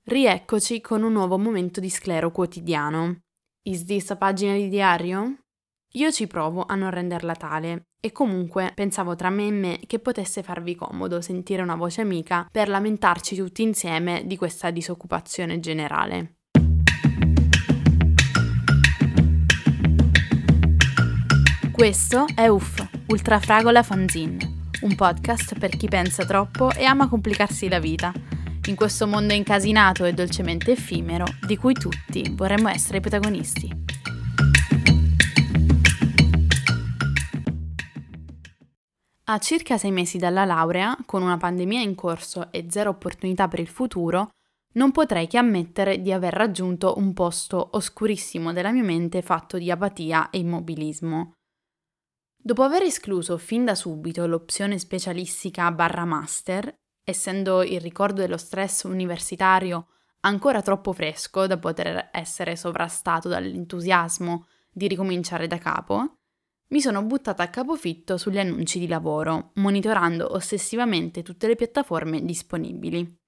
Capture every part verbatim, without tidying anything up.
Rieccoci con un nuovo momento di sclero quotidiano. Is this a pagina di diario? Io ci provo a non renderla tale e comunque pensavo tra me e me che potesse farvi comodo sentire una voce amica per lamentarci tutti insieme di questa disoccupazione generale. Questo è U F, Ultrafragola Fanzine, un podcast per chi pensa troppo e ama complicarsi la vita, in questo mondo incasinato e dolcemente effimero di cui tutti vorremmo essere i protagonisti. A circa sei mesi dalla laurea, con una pandemia in corso e zero opportunità per il futuro, non potrei che ammettere di aver raggiunto un posto oscurissimo della mia mente fatto di apatia e immobilismo. Dopo aver escluso fin da subito l'opzione specialistica barra master, essendo il ricordo dello stress universitario ancora troppo fresco da poter essere sovrastato dall'entusiasmo di ricominciare da capo, mi sono buttata a capofitto sugli annunci di lavoro, monitorando ossessivamente tutte le piattaforme disponibili.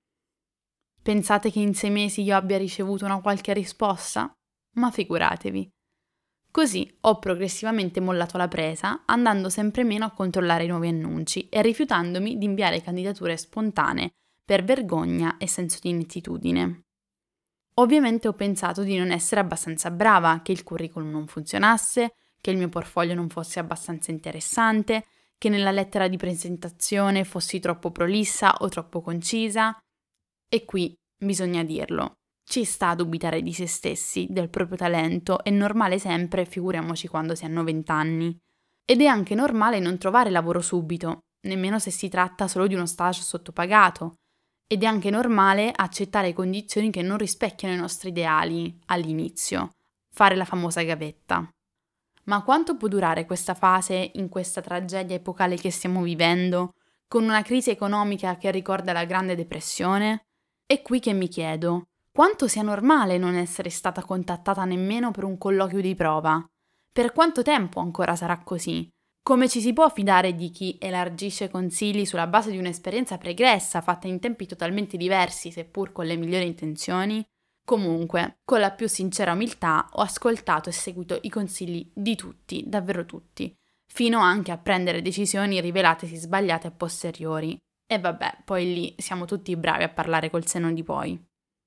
Pensate che in sei mesi io abbia ricevuto una qualche risposta? Ma figuratevi. Così ho progressivamente mollato la presa, andando sempre meno a controllare i nuovi annunci e rifiutandomi di inviare candidature spontanee per vergogna e senso di inettitudine. Ovviamente ho pensato di non essere abbastanza brava, che il curriculum non funzionasse, che il mio portfolio non fosse abbastanza interessante, che nella lettera di presentazione fossi troppo prolissa o troppo concisa. E qui bisogna dirlo. Ci sta a dubitare di se stessi, del proprio talento, è normale sempre, figuriamoci quando si hanno vent'anni. Ed è anche normale non trovare lavoro subito, nemmeno se si tratta solo di uno stage sottopagato. Ed è anche normale accettare condizioni che non rispecchiano i nostri ideali all'inizio, fare la famosa gavetta. Ma quanto può durare questa fase in questa tragedia epocale che stiamo vivendo, con una crisi economica che ricorda la Grande Depressione? È qui che mi chiedo. Quanto sia normale non essere stata contattata nemmeno per un colloquio di prova? Per quanto tempo ancora sarà così? Come ci si può fidare di chi elargisce consigli sulla base di un'esperienza pregressa fatta in tempi totalmente diversi, seppur con le migliori intenzioni? Comunque, con la più sincera umiltà, ho ascoltato e seguito i consigli di tutti, davvero tutti, fino anche a prendere decisioni rivelatesi sbagliate a posteriori. E vabbè, poi lì siamo tutti bravi a parlare col senno di poi.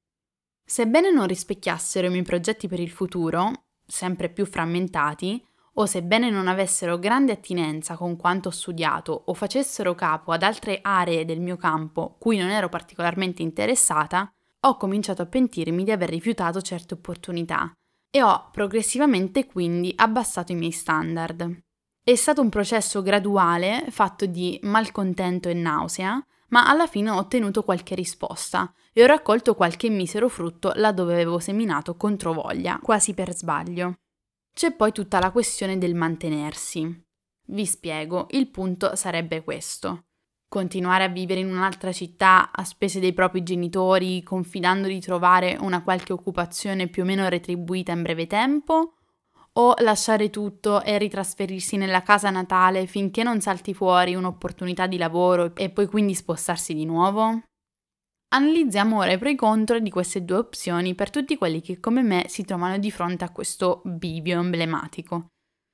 Sebbene non rispecchiassero i miei progetti per il futuro, sempre più frammentati, o sebbene non avessero grande attinenza con quanto ho studiato o facessero capo ad altre aree del mio campo cui non ero particolarmente interessata, ho cominciato a pentirmi di aver rifiutato certe opportunità e ho progressivamente quindi abbassato i miei standard. È stato un processo graduale, fatto di malcontento e nausea, ma alla fine ho ottenuto qualche risposta e ho raccolto qualche misero frutto laddove avevo seminato controvoglia, quasi per sbaglio. C'è poi tutta la questione del mantenersi. Vi spiego, il punto sarebbe questo. Continuare a vivere in un'altra città a spese dei propri genitori, confidando di trovare una qualche occupazione più o meno retribuita in breve tempo? O lasciare tutto e ritrasferirsi nella casa natale finché non salti fuori un'opportunità di lavoro e poi quindi spostarsi di nuovo? Analizziamo ora i pro e i contro di queste due opzioni per tutti quelli che come me si trovano di fronte a questo bivio emblematico.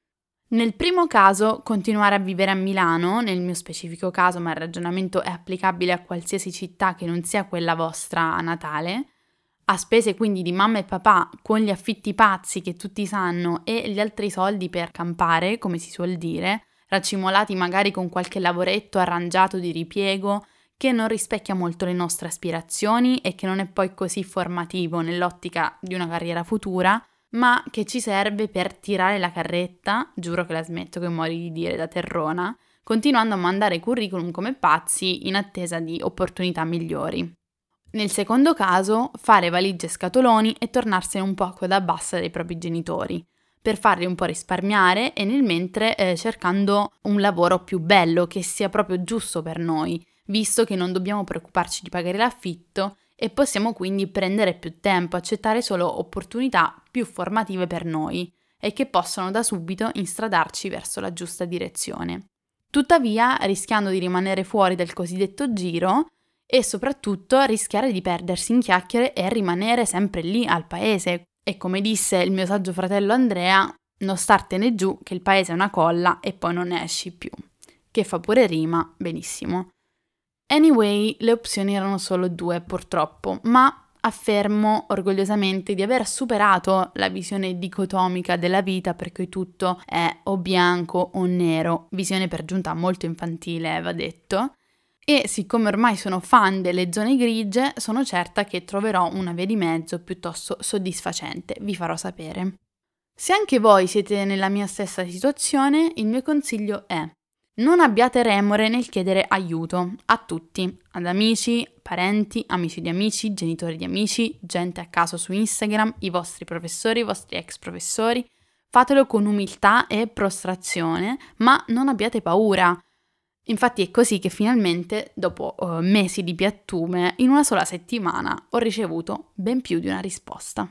Nel primo caso, continuare a vivere a Milano, nel mio specifico caso, ma il ragionamento è applicabile a qualsiasi città che non sia quella vostra natale, a spese quindi di mamma e papà, con gli affitti pazzi che tutti sanno e gli altri soldi per campare, come si suol dire, raccimolati magari con qualche lavoretto arrangiato di ripiego, che non rispecchia molto le nostre aspirazioni e che non è poi così formativo nell'ottica di una carriera futura, ma che ci serve per tirare la carretta, giuro che la smetto che muori di dire da terrona, continuando a mandare curriculum come pazzi in attesa di opportunità migliori. Nel secondo caso, fare valigie e scatoloni e tornarsene un po' a coda bassa dai propri genitori, per farli un po' risparmiare e nel mentre eh, cercando un lavoro più bello che sia proprio giusto per noi, visto che non dobbiamo preoccuparci di pagare l'affitto e possiamo quindi prendere più tempo, accettare solo opportunità più formative per noi e che possono da subito instradarci verso la giusta direzione. Tuttavia, rischiando di rimanere fuori dal cosiddetto giro, e soprattutto rischiare di perdersi in chiacchiere e rimanere sempre lì al paese. E come disse il mio saggio fratello Andrea, non startene giù che il paese è una colla e poi non ne esci più. Che fa pure rima, benissimo. Anyway, le opzioni erano solo due purtroppo, ma affermo orgogliosamente di aver superato la visione dicotomica della vita per cui tutto è o bianco o nero, visione per giunta molto infantile, va detto. E siccome ormai sono fan delle zone grigie, sono certa che troverò una via di mezzo piuttosto soddisfacente, vi farò sapere. Se anche voi siete nella mia stessa situazione, il mio consiglio è: non abbiate remore nel chiedere aiuto a tutti, ad amici, parenti, amici di amici, genitori di amici, gente a caso su Instagram, i vostri professori, i vostri ex professori. Fatelo con umiltà e prostrazione, ma non abbiate paura. Infatti è così che finalmente, dopo uh, mesi di piattume, in una sola settimana ho ricevuto ben più di una risposta.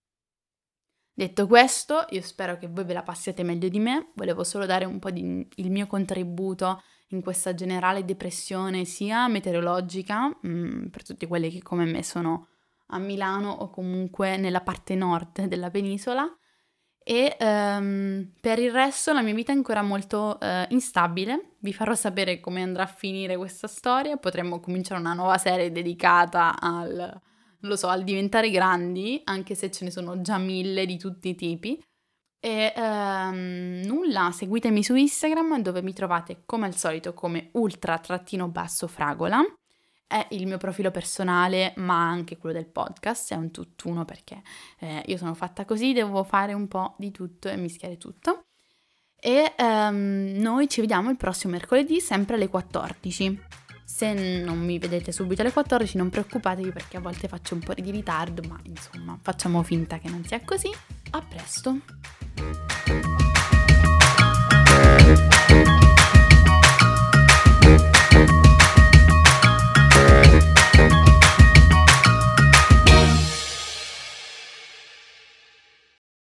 Detto questo, io spero che voi ve la passiate meglio di me, volevo solo dare un po' di il mio contributo in questa generale depressione sia meteorologica, mh, per tutti quelli che come me sono a Milano o comunque nella parte nord della penisola, e um, per il resto la mia vita è ancora molto uh, instabile. Vi farò sapere come andrà a finire questa storia, potremmo cominciare una nuova serie dedicata al... lo so, al diventare grandi, anche se ce ne sono già mille di tutti i tipi. E ehm, nulla, seguitemi su Instagram dove mi trovate come al solito come ultra-fragola. È il mio profilo personale, ma anche quello del podcast, è un tutt'uno perché eh, io sono fatta così, devo fare un po' di tutto e mischiare tutto. E ehm, noi ci vediamo il prossimo mercoledì, sempre alle quattordici. Se non mi vedete subito alle quattordici non preoccupatevi perché a volte faccio un po' di ritardo, ma insomma facciamo finta che non sia così. A presto!